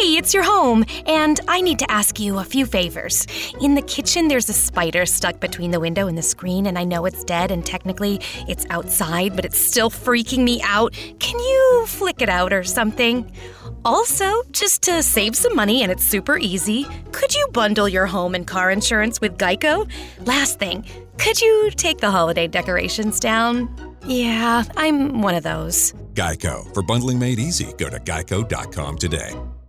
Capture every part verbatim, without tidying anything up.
Hey, it's your home, and I need to ask you a few favors. In the kitchen, there's a spider stuck between the window and the screen, and I know it's dead, and technically it's outside, but it's still freaking me out. Can you flick it out or something? Also, just to save some money, and it's super easy, could you bundle your home and car insurance with Geico? Last thing, could you take the holiday decorations down? Yeah, I'm one of those. Geico. For bundling made easy, go to geico dot com today.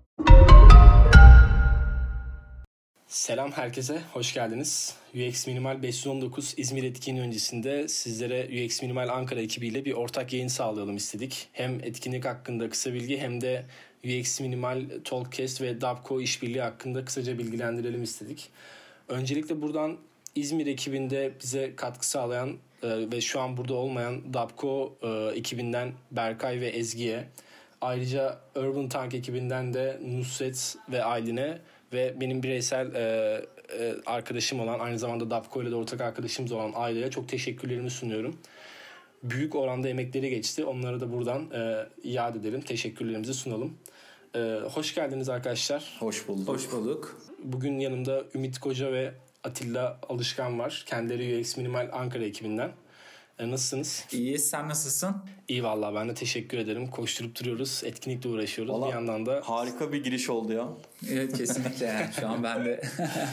Selam herkese, hoş geldiniz. U X Minimal beş yüz on dokuz İzmir etkinliği öncesinde sizlere U X Minimal Ankara ekibiyle bir ortak yayın sağlayalım istedik. Hem etkinlik hakkında kısa bilgi hem de U X Minimal, Talkcast ve Dabco işbirliği hakkında kısaca bilgilendirelim istedik. Öncelikle buradan İzmir ekibinde bize katkı sağlayan e, ve şu an burada olmayan Dabco e, ekibinden Berkay ve Ezgi'ye, ayrıca Urban Tank ekibinden de Nusret ve Aylin'e ve benim bireysel e, e, arkadaşım olan, aynı zamanda Dabco ile de ortak arkadaşımız olan Ayla'ya çok teşekkürlerimi sunuyorum. Büyük oranda emekleri geçti. Onlara da buradan e, iade edelim. Teşekkürlerimizi sunalım. E, hoş geldiniz arkadaşlar. Hoş bulduk. Hoş bulduk. Bugün yanımda Ümit Koca ve Atilla Alışkan var. Kendileri U X Minimal Ankara ekibinden. E, nasılsınız? İyiyiz. Sen nasılsın? İyi vallahi, ben de teşekkür ederim. Koşturup duruyoruz. Etkinlikle uğraşıyoruz. Vallahi bir yandan da... Harika bir giriş oldu ya. Evet, kesinlikle yani. Şu an ben de...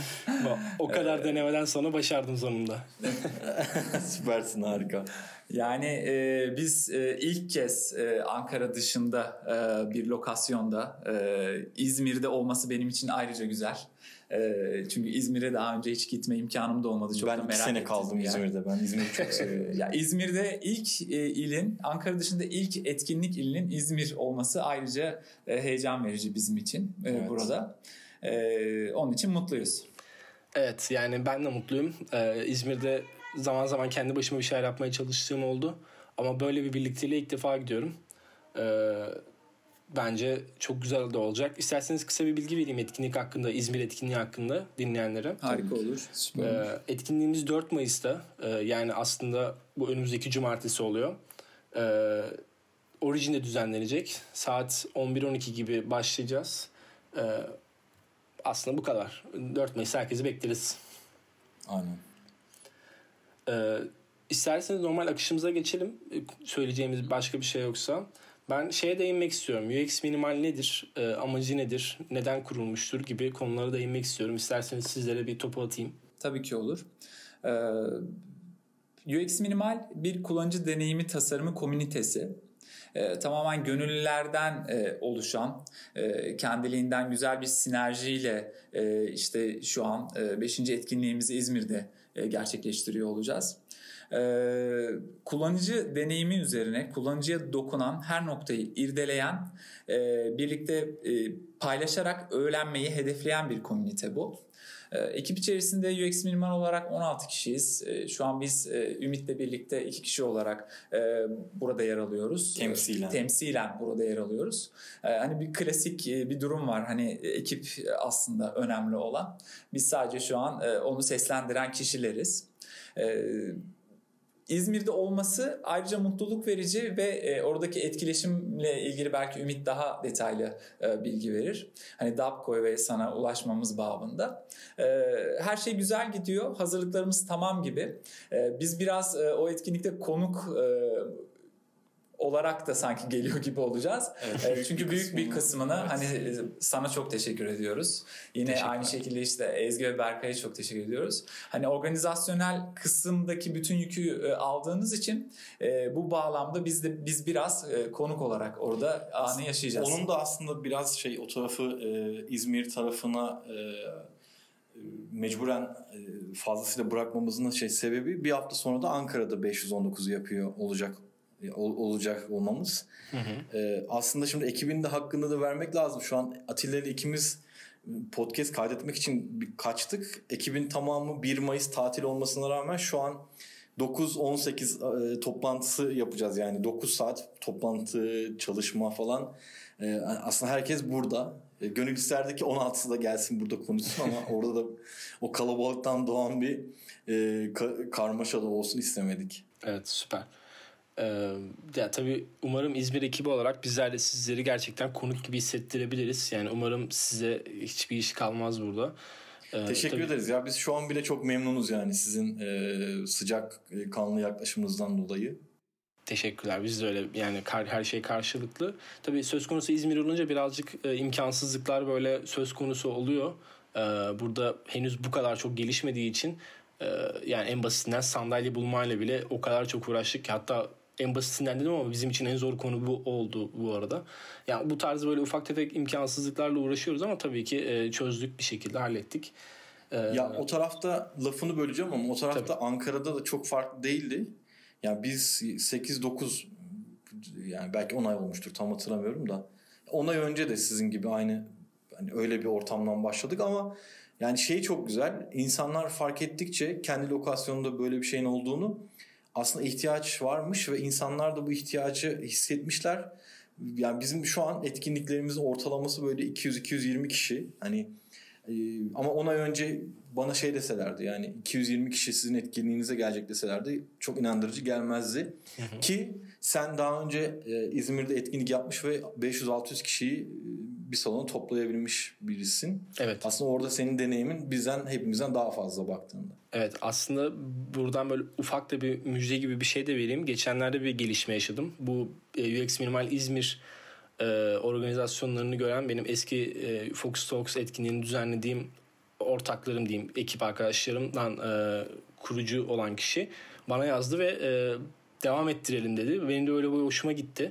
o kadar denemeden sonra başardım sonunda. Süpersin, harika. Yani e, biz e, ilk kez e, Ankara dışında e, bir lokasyonda e, İzmir'de olması benim için ayrıca güzel. E, çünkü İzmir'e daha önce hiç gitme imkanım da olmadı. Çok ben da iki merak sene kaldım yani. İzmir'de. Ben İzmir'i çok seviyorum. Ya İzmir'de ilk e, ilin, Ankara dışında ilk etkinlik ilinin İzmir olması ayrıca e, heyecan verici bizim için e, Evet. burada. E, onun için mutluyuz. Evet, yani ben de mutluyum. Ee, İzmir'de zaman zaman kendi başıma bir şeyler yapmaya çalıştığım oldu. Ama böyle bir birlikteliğe ilk defa gidiyorum. Ee, bence çok güzel de olacak. İsterseniz kısa bir bilgi vereyim etkinlik hakkında, İzmir etkinliği hakkında dinleyenlere. Harika olur. Süper. Ee, etkinliğimiz dört Mayıs'ta. Ee, yani aslında bu önümüzdeki cumartesi oluyor. Ee, Origin'de düzenlenecek. Saat on bir on iki gibi başlayacağız. Ee, aslında bu kadar. dört Mayıs herkesi bekleriz. Aynen. Ee, isterseniz normal akışımıza geçelim. Söyleyeceğimiz başka bir şey yoksa. Ben şeye değinmek istiyorum. U X Minimal nedir? Ee, amacı nedir? Neden kurulmuştur? Gibi konulara değinmek istiyorum. İsterseniz sizlere bir topu atayım. Tabii ki olur. Ee, U X Minimal bir kullanıcı deneyimi tasarımı komünitesi. Ee, tamamen gönüllülerden e, oluşan, e, kendiliğinden güzel bir sinerjiyle e, işte şu an e, beşinci etkinliğimizi İzmir'de e, gerçekleştiriyor olacağız. Ee, kullanıcı deneyimi üzerine kullanıcıya dokunan her noktayı irdeleyen, e, birlikte e, paylaşarak öğrenmeyi hedefleyen bir komünite bu. E, ekip içerisinde U X Minimal olarak on altı kişiyiz. E, şu an biz e, Ümit'le birlikte iki kişi olarak e, burada yer alıyoruz. Temsilen. E, temsilen burada yer alıyoruz. E, hani bir klasik e, bir durum var. Hani ekip aslında önemli olan. Biz sadece şu an e, onu seslendiren kişileriz. E, İzmir'de olması ayrıca mutluluk verici ve e, oradaki etkileşimle ilgili belki Ümit daha detaylı e, bilgi verir. Hani Dabco ve sana ulaşmamız babında. E, her şey güzel gidiyor. Hazırlıklarımız tamam gibi. E, biz biraz e, o etkinlikte konuk e, olarak da sanki geliyor gibi olacağız. Evet, e, çünkü büyük bir kısmını evet. hani sana çok teşekkür ediyoruz. Yine aynı şekilde işte Ezgi ve Berkay'a çok teşekkür ediyoruz. Hani organizasyonel kısımdaki bütün yükü e, aldığınız için e, bu bağlamda biz de biz biraz e, konuk olarak orada anı yaşayacağız. Onun da aslında biraz şey o tarafı e, İzmir tarafına e, mecburen e, fazlasıyla bırakmamızın şey sebebi bir hafta sonra da Ankara'da beş yüz on dokuzu yapıyor olacak olacak olmamız. Hı hı. Ee, aslında şimdi ekibin de hakkını da vermek lazım. Şu an Atilla ile ikimiz podcast kaydetmek için bir kaçtık. Ekibin tamamı bir Mayıs tatil olmasına rağmen şu an dokuz on sekiz e, toplantısı yapacağız. Yani dokuz saat toplantı, çalışma falan. E, aslında herkes burada. E, gönül isterdi ki on altısı da gelsin burada konuşsun ama orada da o kalabalıktan doğan bir e, ka- karmaşa da olsun istemedik. Evet, süper. Ee, ya tabii umarım İzmir ekibi olarak bizler de sizleri gerçekten konuk gibi hissettirebiliriz. Yani umarım size hiçbir iş kalmaz burada. Ee, Teşekkür tabii... ederiz. Ya biz şu an bile çok memnunuz yani sizin e, sıcak e, kanlı yaklaşımınızdan dolayı. Teşekkürler. Biz de öyle yani her şey karşılıklı. Tabii söz konusu İzmir olunca birazcık e, imkansızlıklar böyle söz konusu oluyor. E, burada henüz bu kadar çok gelişmediği için e, yani en basitinden sandalye bulmayla bile o kadar çok uğraştık ki, hatta en basitinden dedim ama bizim için en zor konu bu oldu bu arada. Yani bu tarz böyle ufak tefek imkansızlıklarla uğraşıyoruz ama tabii ki e, çözdük, bir şekilde hallettik. E, ya o tarafta lafını böleceğim ama o tarafta tabii. Ankara'da da çok farklı değildi. Yani biz sekiz dokuz yani belki on ay olmuştur, tam hatırlamıyorum da on ay önce de sizin gibi aynı hani öyle bir ortamdan başladık ama yani şey çok güzel, insanlar fark ettikçe kendi lokasyonunda böyle bir şeyin olduğunu, aslında ihtiyaç varmış ve insanlar da bu ihtiyacı hissetmişler. Yani bizim şu an etkinliklerimizin ortalaması böyle iki yüz iki yüz yirmi kişi. Hani e, ama on ay önce bana şey deselerdi, yani iki yüz yirmi kişi sizin etkinliğinize gelecek deselerdi çok inandırıcı gelmezdi. Hı hı. Ki sen daha önce e, İzmir'de etkinlik yapmış ve beş yüz altı yüz kişiyi e, bir salona toplayabilmiş birisin. Evet. Aslında orada senin deneyimin bizden, hepimizden daha fazla baktığında. Evet, aslında buradan böyle ufak da bir müjde gibi bir şey de vereyim. Geçenlerde bir gelişme yaşadım. Bu e, U X Minimal İzmir e, organizasyonlarını gören benim eski e, Focus Talks etkinliğini düzenlediğim ortaklarım diyeyim, ekip arkadaşlarımdan e, kurucu olan kişi bana yazdı ve e, devam ettirelim dedi. Benim de öyle bir hoşuma gitti.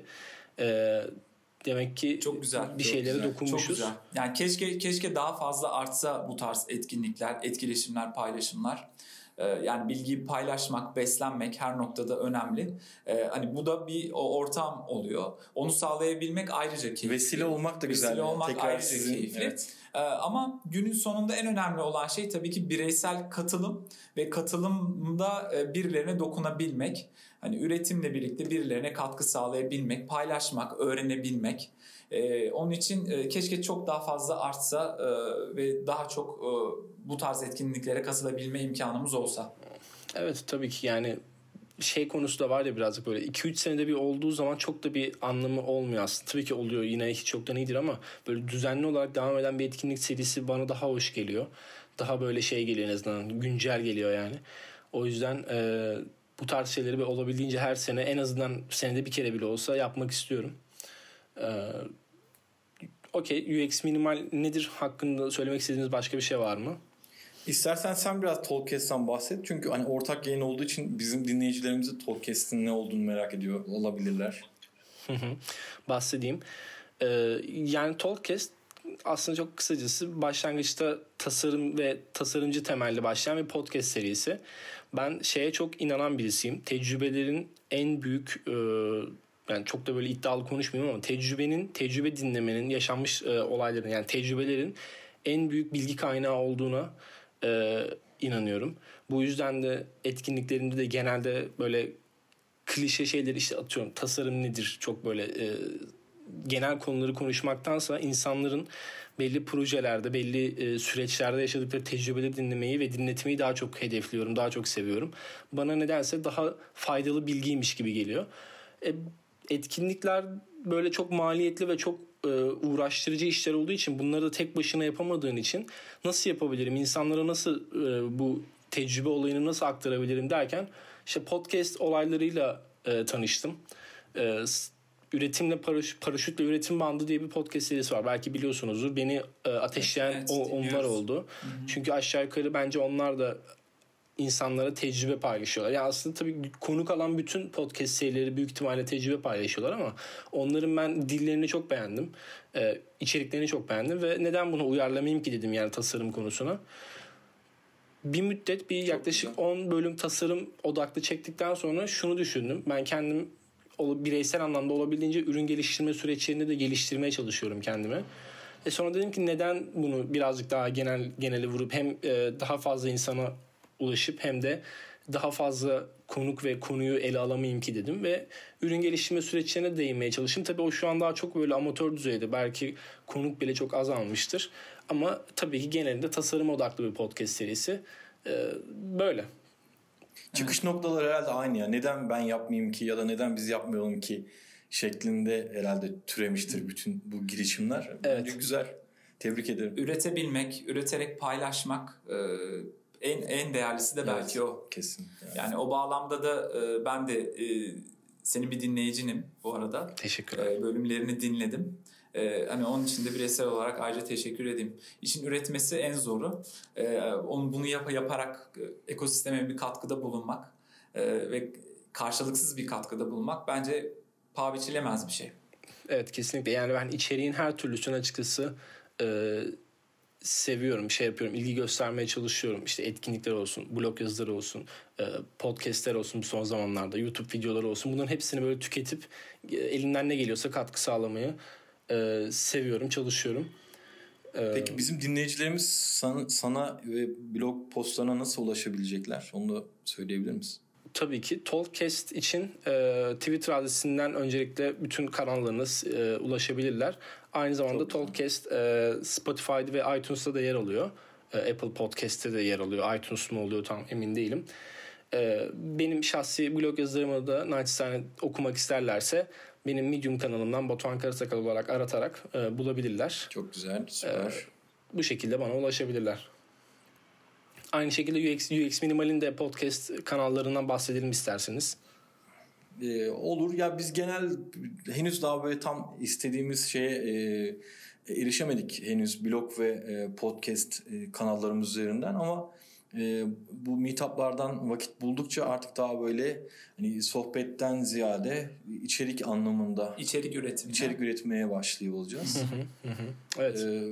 E, demek ki çok güzel, bir çok şeylere güzel, dokunmuşuz. Çok güzel. Yani keşke keşke daha fazla artsa bu tarz etkinlikler, etkileşimler, paylaşımlar. Ee, yani bilgiyi paylaşmak, beslenmek her noktada önemli. Ee, hani bu da bir ortam oluyor. Onu sağlayabilmek ayrıca keyifli. Vesile olmak da güzel. Vesile olmak Tekrar ayrıca sizin, keyifli. Evet. Ee, ama günün sonunda en önemli olan şey tabii ki bireysel katılım ve katılımda birilerine dokunabilmek. Hani üretimle birlikte birilerine katkı sağlayabilmek, paylaşmak, öğrenebilmek. Ee, onun için e, keşke çok daha fazla artsa e, ve daha çok e, bu tarz etkinliklere katılabilme imkanımız olsa. Evet, tabii ki yani şey konusu da var ya, birazcık böyle iki üç senede bir olduğu zaman çok da bir anlamı olmuyor aslında. Tabii ki oluyor, yine hiç yoktan iyidir ama böyle düzenli olarak devam eden bir etkinlik serisi bana daha hoş geliyor. Daha böyle şey geliyor, en azından güncel geliyor yani. O yüzden e, bu tarz şeyleri olabildiğince her sene, en azından senede bir kere bile olsa yapmak istiyorum. E, Okey, U X Minimal nedir hakkında söylemek istediğiniz başka bir şey var mı? İstersen sen biraz Talkcast'tan bahset. Çünkü hani ortak yayın olduğu için bizim dinleyicilerimiz de Talkcast'in ne olduğunu merak ediyor olabilirler. Bahsedeyim. Ee, yani Talkcast aslında çok kısacası başlangıçta tasarım ve tasarımcı temelli başlayan bir podcast serisi. Ben şeye çok inanan birisiyim. Tecrübelerin en büyük... E, yani çok da böyle iddialı konuşmuyorum ama tecrübenin, tecrübe dinlemenin, yaşanmış e, olayların, yani tecrübelerin en büyük bilgi kaynağı olduğuna e, inanıyorum. Bu yüzden de etkinliklerimde de genelde böyle klişe şeyleri işte atıyorum. Tasarım nedir? Çok böyle e, genel konuları konuşmaktansa insanların belli projelerde, belli e, süreçlerde yaşadıkları tecrübeleri dinlemeyi ve dinletmeyi daha çok hedefliyorum, daha çok seviyorum. Bana nedense daha faydalı bilgiymiş gibi geliyor. E, etkinlikler böyle çok maliyetli ve çok e, uğraştırıcı işler olduğu için, bunları da tek başına yapamadığın için nasıl yapabilirim, insanlara nasıl e, bu tecrübe olayını nasıl aktarabilirim derken işte podcast olaylarıyla e, tanıştım. E, üretimle paraş, paraşütle üretim bandı diye bir podcast serisi var. Belki biliyorsunuzdur. Beni e, ateşleyen evet, o, onlar oldu. Hı hı. Çünkü aşağı yukarı bence onlar da insanlara tecrübe paylaşıyorlar. Yani aslında tabii konuk alan bütün podcast serileri büyük ihtimalle tecrübe paylaşıyorlar ama onların ben dillerini çok beğendim. Ee, içeriklerini çok beğendim ve neden bunu uyarlamayayım ki dedim yani tasarım konusuna. Bir müddet bir yaklaşık on bölüm tasarım odaklı çektikten sonra şunu düşündüm. Ben kendim bireysel anlamda olabildiğince ürün geliştirme süreçlerinde de geliştirmeye çalışıyorum kendimi. E sonra dedim ki neden bunu birazcık daha genel genele vurup hem daha fazla insana ulaşıp hem de daha fazla konuk ve konuyu ele alamayayım ki dedim ve ürün geliştirme süreçlerine değinmeye çalıştım. Tabii o şu an daha çok böyle amatör düzeyde, belki konuk bile çok azalmıştır ama tabii ki genelinde tasarım odaklı bir podcast serisi. Ee, böyle. çıkış evet. noktaları herhalde aynı ya. Neden ben yapmayayım ki ya da neden biz yapmayalım ki şeklinde herhalde türemiştir bütün bu girişimler. Evet. Bence güzel. Tebrik ederim. Üretebilmek, üreterek paylaşmak en en değerlisi de belki evet, o. Kesinlikle. Yani. yani o bağlamda da ben de senin bir dinleyicinim bu arada. Teşekkür ederim. Bölümlerini dinledim. Ee, hani onun için de bireysel olarak ayrıca teşekkür edeyim. İşin üretmesi en zoru. Ee, onu bunu yap yaparak ekosisteme bir katkıda bulunmak e, ve karşılıksız bir katkıda bulunmak bence paha biçilemez bir şey. Evet, kesinlikle. Yani ben içeriğin her türlüsünü açıkçası e, seviyorum, şey yapıyorum, ilgi göstermeye çalışıyorum. İşte etkinlikler olsun, blog yazıları olsun, e, podcastler olsun son zamanlarda, YouTube videoları olsun. Bunların hepsini böyle tüketip e, elimden ne geliyorsa katkı sağlamayı Ee, seviyorum, çalışıyorum. Ee, Peki bizim dinleyicilerimiz sana, sana ve blog postlarına nasıl ulaşabilecekler? Onu da söyleyebilir misin? Tabii ki. Talkcast için e, Twitter adresinden öncelikle bütün kanallarınız e, ulaşabilirler. Aynı zamanda Talkcast e, Spotify'da ve iTunes'ta da yer alıyor. E, Apple Podcast'te de yer alıyor. iTunes mu oluyor tam emin değilim. E, benim şahsi blog yazılarımı da naçizane okumak isterlerse benim Medium kanalımdan Batuhan Karasakal olarak aratarak e, bulabilirler. Çok güzel, süper. E, bu şekilde bana ulaşabilirler. Aynı şekilde U X, U X Minimal'in de podcast kanallarından bahsedelim isterseniz. Ee, olur. Ya biz genel henüz daha böyle tam istediğimiz şeye e, erişemedik henüz blog ve e, podcast e, kanallarımız üzerinden ama e, bu meetup'lardan vakit buldukça artık daha böyle hani sohbetten ziyade içerik anlamında içerik üretim içerik üretmeye başlıyor olacağız. Evet. E,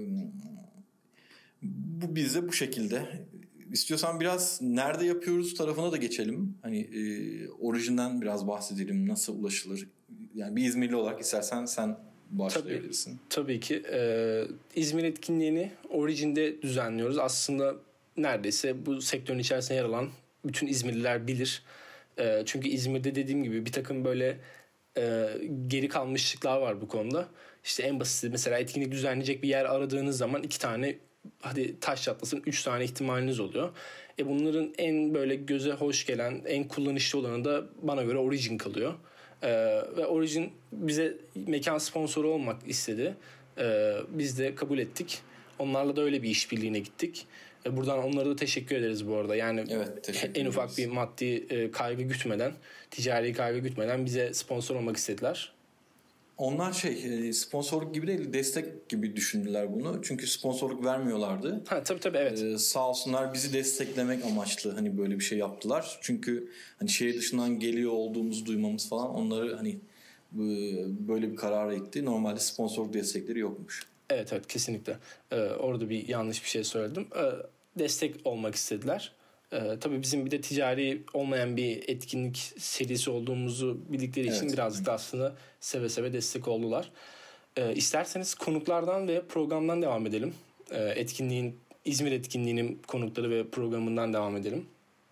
bu bizde bu şekilde. İstiyorsan biraz nerede yapıyoruz tarafına da geçelim. Hani e, orijinden biraz bahsedelim. Nasıl ulaşılır? Yani bir İzmirli olarak istersen sen başlayabilirsin. Tabii, tabii ki. Ee, İzmir etkinliğini Origin'de düzenliyoruz. Aslında neredeyse bu sektörün içerisinde yer alan bütün İzmirliler bilir. Ee, çünkü İzmir'de dediğim gibi bir takım böyle e, geri kalmışlıklar var bu konuda. İşte en basit mesela etkinlik düzenleyecek bir yer aradığınız zaman iki tane hadi taş çatlasın üç tane ihtimaliniz oluyor. E bunların en böyle göze hoş gelen, en kullanışlı olanı da bana göre Origin kalıyor. Ee, ve Origin bize mekan sponsoru olmak istedi. Ee, biz de kabul ettik. Onlarla da öyle bir işbirliğine gittik. Ee, buradan onlara da teşekkür ederiz bu arada. Yani evet, en ufak bir maddi e, kaygı gütmeden, ticari kaygı gütmeden bize sponsor olmak istediler. Onlar şey sponsorluk gibi değil destek gibi düşündüler bunu. Çünkü sponsorluk vermiyorlardı. Ha tabii tabii evet. Ee, sağ olsunlar bizi desteklemek amaçlı hani böyle bir şey yaptılar. Çünkü hani şehir dışından geliyor olduğumuzu duymamız falan onları hani böyle bir karara itti. Normalde sponsorluk destekleri yokmuş. Evet evet kesinlikle. Ee, orada bir yanlış bir şey söyledim. Ee, destek olmak istediler. Ee, tabii bizim bir de ticari olmayan bir etkinlik serisi olduğumuzu bildikleri için evet. birazcık da aslında seve seve destek oldular. Ee, isterseniz konuklardan ve programdan devam edelim. Ee, etkinliğin İzmir etkinliğinin konukları ve programından devam edelim.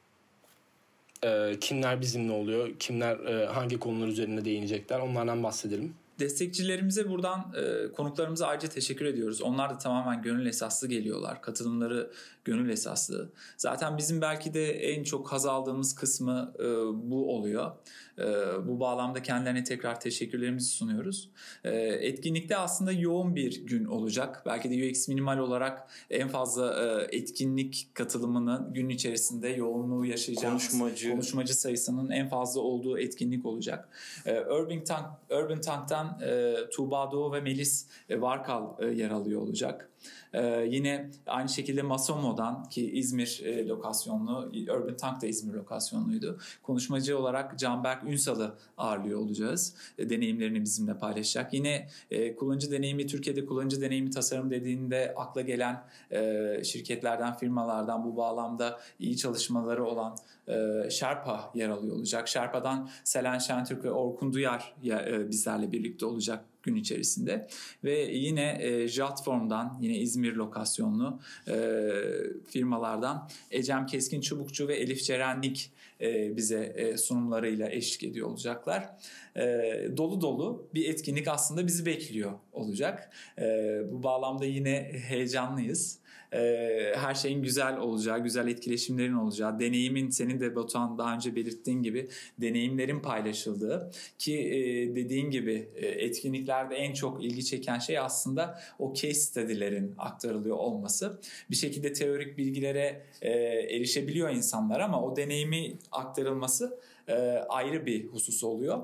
Ee, kimler bizimle oluyor, kimler e, hangi konular üzerine değinecekler onlardan bahsedelim. Destekçilerimize buradan e, konuklarımıza ayrıca teşekkür ediyoruz. Onlar da tamamen gönül esaslı geliyorlar. Katılımları gönül esaslı. Zaten bizim belki de en çok haz aldığımız kısmı e, bu oluyor. E, bu bağlamda kendilerine tekrar teşekkürlerimizi sunuyoruz. E, etkinlikte aslında yoğun bir gün olacak. Belki de U X Minimal olarak en fazla e, etkinlik katılımını gün içerisinde yoğunluğu yaşayacağımız konuşmacı, konuşmacı sayısının en fazla olduğu etkinlik olacak. E, Urban Tank, Urban Tank'tan E, Tuğba Doğu ve Melis e, Varkal e, yer alıyor olacak. E, yine aynı şekilde Masomo'dan ki İzmir e, lokasyonlu, Urban Tank da İzmir lokasyonluydu. Konuşmacı olarak Canberk Ünsal'ı ağırlıyor olacağız. E, deneyimlerini bizimle paylaşacak. Yine e, kullanıcı deneyimi, Türkiye'de kullanıcı deneyimi tasarım dediğinde akla gelen e, şirketlerden, firmalardan bu bağlamda iyi çalışmaları olan e, Sherpa yer alıyor olacak. Sherpa'dan Selen Şentürk ve Orkun Duyar ya, e, bizlerle birlikte olacak gün içerisinde. Ve yine e, Jatform'dan, yine İzmir lokasyonlu e, firmalardan Ecem Keskin Çubukçu ve Elif Cerenlik e, bize e, sunumlarıyla eşlik ediyor olacaklar. E, dolu dolu bir etkinlik aslında bizi bekliyor olacak. E, bu bağlamda yine heyecanlıyız. Her şeyin güzel olacağı, güzel etkileşimlerin olacağı, deneyimin, senin de Batuhan daha önce belirttiğin gibi deneyimlerin paylaşıldığı, ki dediğin gibi etkinliklerde en çok ilgi çeken şey aslında o case study'lerin aktarılıyor olması. Bir şekilde teorik bilgilere erişebiliyor insanlar ama o deneyimi aktarılması ayrı bir husus oluyor.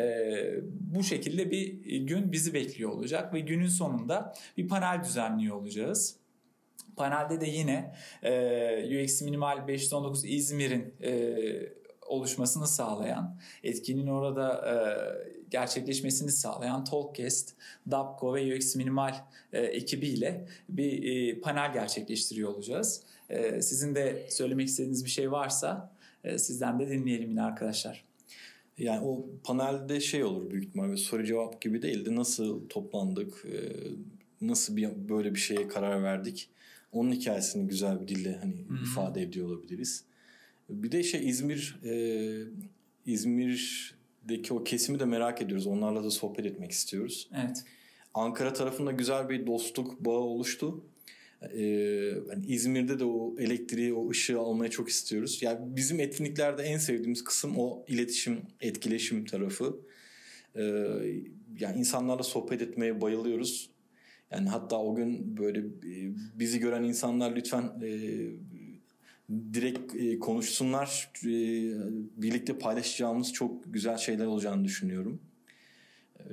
Bu şekilde bir gün bizi bekliyor olacak ve günün sonunda bir panel düzenliyor olacağız. Panelde de yine e, U X Minimal beş yüz on dokuz İzmir'in e, oluşmasını sağlayan, etkinliğin orada e, gerçekleşmesini sağlayan Talkcast, Dabco ve U X Minimal e, ekibiyle bir e, panel gerçekleştiriyor olacağız. E, sizin de söylemek istediğiniz bir şey varsa e, sizden de dinleyelim yine arkadaşlar. Yani o panelde şey olur büyük ihtimalle, soru cevap gibi değil de nasıl toplandık, e, nasıl bir böyle bir şeye karar verdik. Onun hikayesini güzel bir dille hani hmm. ifade ediyor olabiliriz. Bir de şey İzmir e, İzmir'deki o kesimi de merak ediyoruz. Onlarla da sohbet etmek istiyoruz. Evet. Ankara tarafında güzel bir dostluk bağı oluştu. Ee, yani İzmir'de de o elektriği, o ışığı almaya çok istiyoruz. Yani bizim etkinliklerde en sevdiğimiz kısım o iletişim, etkileşim tarafı. Ee, yani insanlarla sohbet etmeye bayılıyoruz. Yani hatta o gün böyle bizi gören insanlar lütfen e, direkt e, konuşsunlar. E, birlikte paylaşacağımız çok güzel şeyler olacağını düşünüyorum. E,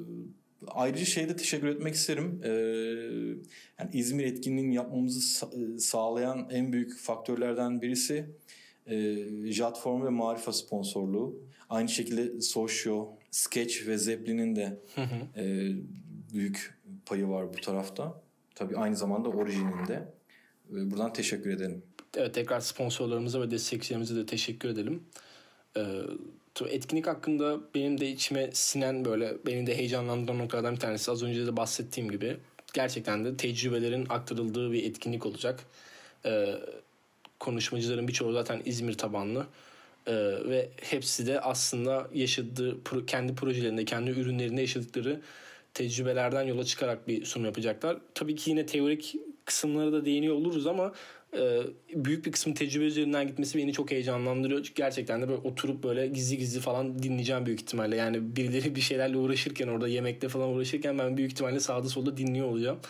ayrıca şeyde teşekkür etmek isterim. E, yani İzmir etkinliğini yapmamızı sa- sağlayan en büyük faktörlerden birisi e, Jatform ve Marifa sponsorluğu. Aynı şekilde Socio, Sketch ve Zeppelin'in de e, büyük payı var bu tarafta. Tabii aynı zamanda orijininde. Buradan teşekkür edelim. Evet, tekrar sponsorlarımıza ve destekçilerimize de teşekkür edelim. Ee, etkinlik hakkında benim de içime sinen, böyle beni de heyecanlandıran noktalardan bir tanesi, az önce de bahsettiğim gibi, gerçekten de tecrübelerin aktarıldığı bir etkinlik olacak. Ee, konuşmacıların birçoğu zaten İzmir tabanlı. Ee, ve hepsi de aslında yaşadığı, kendi projelerinde, kendi ürünlerinde yaşadıkları tecrübelerden yola çıkarak bir sunum yapacaklar. Tabii ki yine teorik kısımlara da değiniyor oluruz ama e, büyük bir kısmı tecrübe üzerinden gitmesi beni çok heyecanlandırıyor. Çünkü gerçekten de böyle oturup böyle gizli gizli falan dinleyeceğim büyük ihtimalle. Yani birileri bir şeylerle uğraşırken, orada yemekte falan uğraşırken ben büyük ihtimalle sağda solda dinliyor olacağım.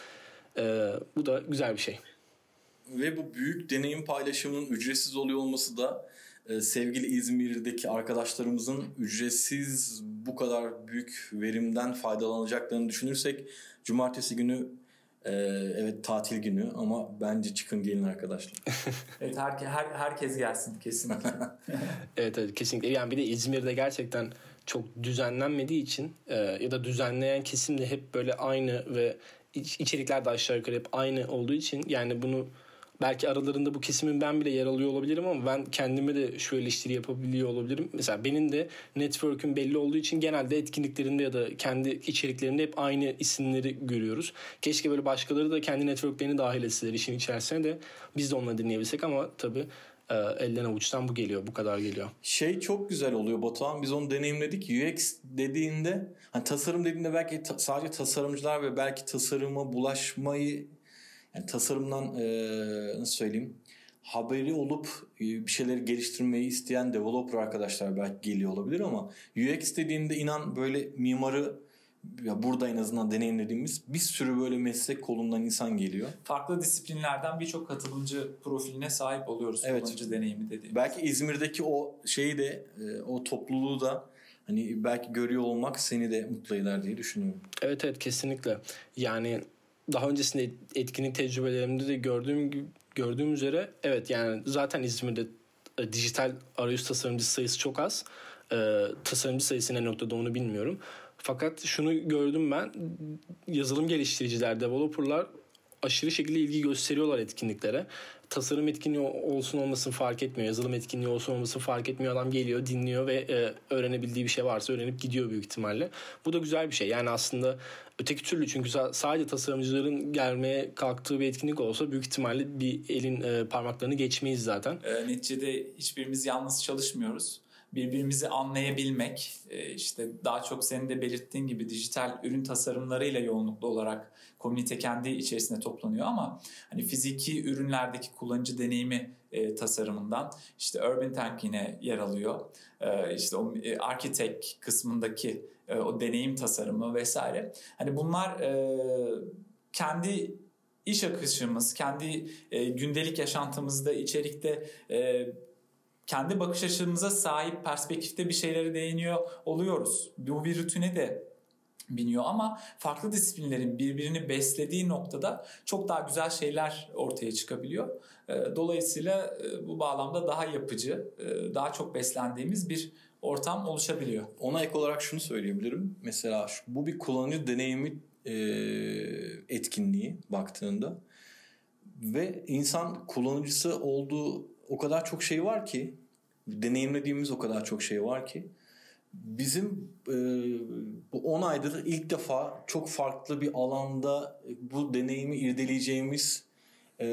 E, bu da güzel bir şey. Ve bu büyük deneyim paylaşımının ücretsiz oluyor olması da e, sevgili İzmir'deki arkadaşlarımızın ücretsiz bu kadar büyük verimden faydalanacaklarını düşünürsek, cumartesi günü e, evet tatil günü ama bence çıkın gelin arkadaşlar. Evet, her, her, herkes gelsin kesinlikle. evet, evet kesinlikle. Yani bir de İzmir'de gerçekten çok düzenlenmediği için e, ya da düzenleyen kesim de hep böyle aynı ve iç, içerikler de aşağı yukarı hep aynı olduğu için, yani bunu belki aralarında bu kesimin ben bile yer alıyor olabilirim ama ben kendime de şu eleştiri yapabiliyor olabilirim. Mesela benim de network'üm belli olduğu için genelde etkinliklerinde ya da kendi içeriklerinde hep aynı isimleri görüyoruz. Keşke böyle başkaları da kendi network'lerini dahil etseler işin içerisine de biz de onları dinleyebilsek ama tabii e, elden avuçtan bu geliyor, bu kadar geliyor. Şey çok güzel oluyor Batuhan, biz onu deneyimledik. U X dediğinde, hani tasarım dediğinde belki ta- sadece tasarımcılar ve belki tasarıma bulaşmayı, yani tasarımdan e, nasıl söyleyeyim, haberi olup e, bir şeyleri geliştirmeyi isteyen developer arkadaşlar belki geliyor olabilir ama U X dediğinde inan böyle mimarı, ya burada en azından deneyimlediğimiz bir sürü böyle meslek kolundan insan geliyor. Farklı disiplinlerden birçok katılımcı profiline sahip oluyoruz. Evet. Kullanıcı deneyimi dediğimiz. Belki İzmir'deki o şeyi de e, o topluluğu da hani belki görüyor olmak seni de mutlu eder diye düşünüyorum. Evet evet kesinlikle. Yani daha öncesinde etkinlik tecrübelerimde de gördüğüm gibi, gördüğüm üzere evet, yani zaten İzmir'de e, dijital arayüz tasarımcısı sayısı çok az. E, tasarımcı sayısı ne noktada onu bilmiyorum. Fakat şunu gördüm ben, yazılım geliştiriciler, developerlar aşırı şekilde ilgi gösteriyorlar etkinliklere. Tasarım etkinliği olsun olmasın fark etmiyor. Yazılım etkinliği olsun olmasın fark etmiyor. Adam geliyor, dinliyor ve e, öğrenebildiği bir şey varsa öğrenip gidiyor büyük ihtimalle. Bu da güzel bir şey. Yani aslında öteki türlü, çünkü sadece tasarımcıların gelmeye kalktığı bir etkinlik olsa büyük ihtimalle bir elin e, parmaklarını geçmeyiz zaten. E, neticede hiçbirimiz yalnız çalışmıyoruz. Birbirimizi anlayabilmek, işte daha çok senin de belirttiğin gibi dijital ürün tasarımlarıyla yoğunluklu olarak komünite kendi içerisinde toplanıyor ama hani fiziki ürünlerdeki kullanıcı deneyimi e, tasarımından işte Urban Tank yine yer alıyor. E, işte o e, Architect kısmındaki e, o deneyim tasarımı vesaire. Hani bunlar e, kendi iş akışımız, kendi e, gündelik yaşantımızda, içerikte e, kendi bakış açımıza sahip perspektifte bir şeylere değiniyor oluyoruz. Bu bir rutine de biniyor ama farklı disiplinlerin birbirini beslediği noktada çok daha güzel şeyler ortaya çıkabiliyor. Dolayısıyla bu bağlamda daha yapıcı, daha çok beslendiğimiz bir ortam oluşabiliyor. Ona ek olarak şunu söyleyebilirim. Mesela bu bir kullanıcı deneyimi etkinliği baktığında ve insan kullanıcısı olduğu o kadar çok şey var ki, deneyimlediğimiz o kadar çok şey var ki bizim e, bu on aydır ilk defa çok farklı bir alanda bu deneyimi irdeleyeceğimiz e,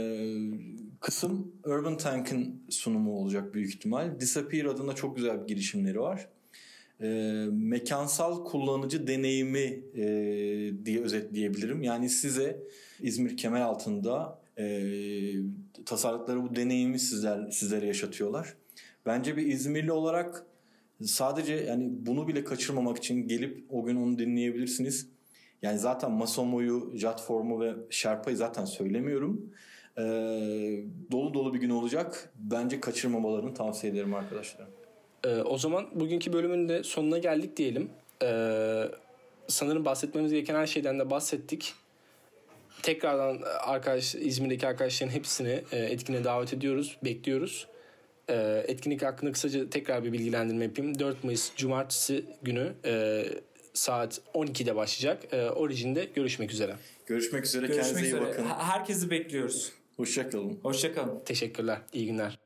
kısım Urban Tank'ın sunumu olacak büyük ihtimal. Disappear adında çok güzel bir girişimleri var. E, mekansal kullanıcı deneyimi e, diye özetleyebilirim. Yani size İzmir Kemeraltı'nda e, tasarladıkları bu deneyimi sizler sizlere yaşatıyorlar. Bence bir İzmirli olarak sadece yani bunu bile kaçırmamak için gelip o gün onu dinleyebilirsiniz. Yani zaten Masomo'yu, Jotform'u ve Sherpa'yı zaten söylemiyorum. Ee, dolu dolu bir gün olacak. Bence kaçırmamalarını tavsiye ederim arkadaşlar. Ee, o zaman bugünkü bölümün de sonuna geldik diyelim. Ee, sanırım bahsetmemiz gereken her şeyden de bahsettik. Tekrardan arkadaş İzmir'deki arkadaşların hepsini e, etkinliğe davet ediyoruz, bekliyoruz. E, etkinlik hakkında kısaca tekrar bir bilgilendirme yapayım. dört Mayıs Cumartesi günü e, saat on ikide başlayacak. E, Origin'de görüşmek üzere. Görüşmek üzere. Görüşmek Kendinize üzere. iyi bakın. Herkesi bekliyoruz. Hoşça kalın. Hoşça kalın. Teşekkürler. İyi günler.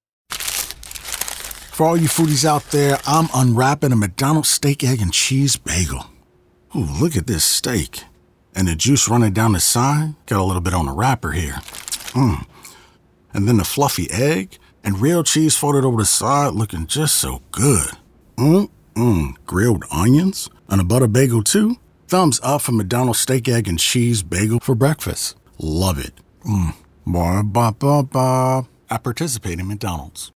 For all you foodies out there, I'm unwrapping a McDonald's steak, egg, and cheese bagel. Ooh, look at this steak. And the juice running down the side. Got a little bit on the wrapper here. Mmm. And then the fluffy egg and real cheese folded over the side looking just so good. Mmm. Grilled onions and a butter bagel too. Thumbs up for McDonald's steak, egg, and cheese bagel for breakfast. Love it. Mmm. Ba ba ba ba. I participate in McDonald's.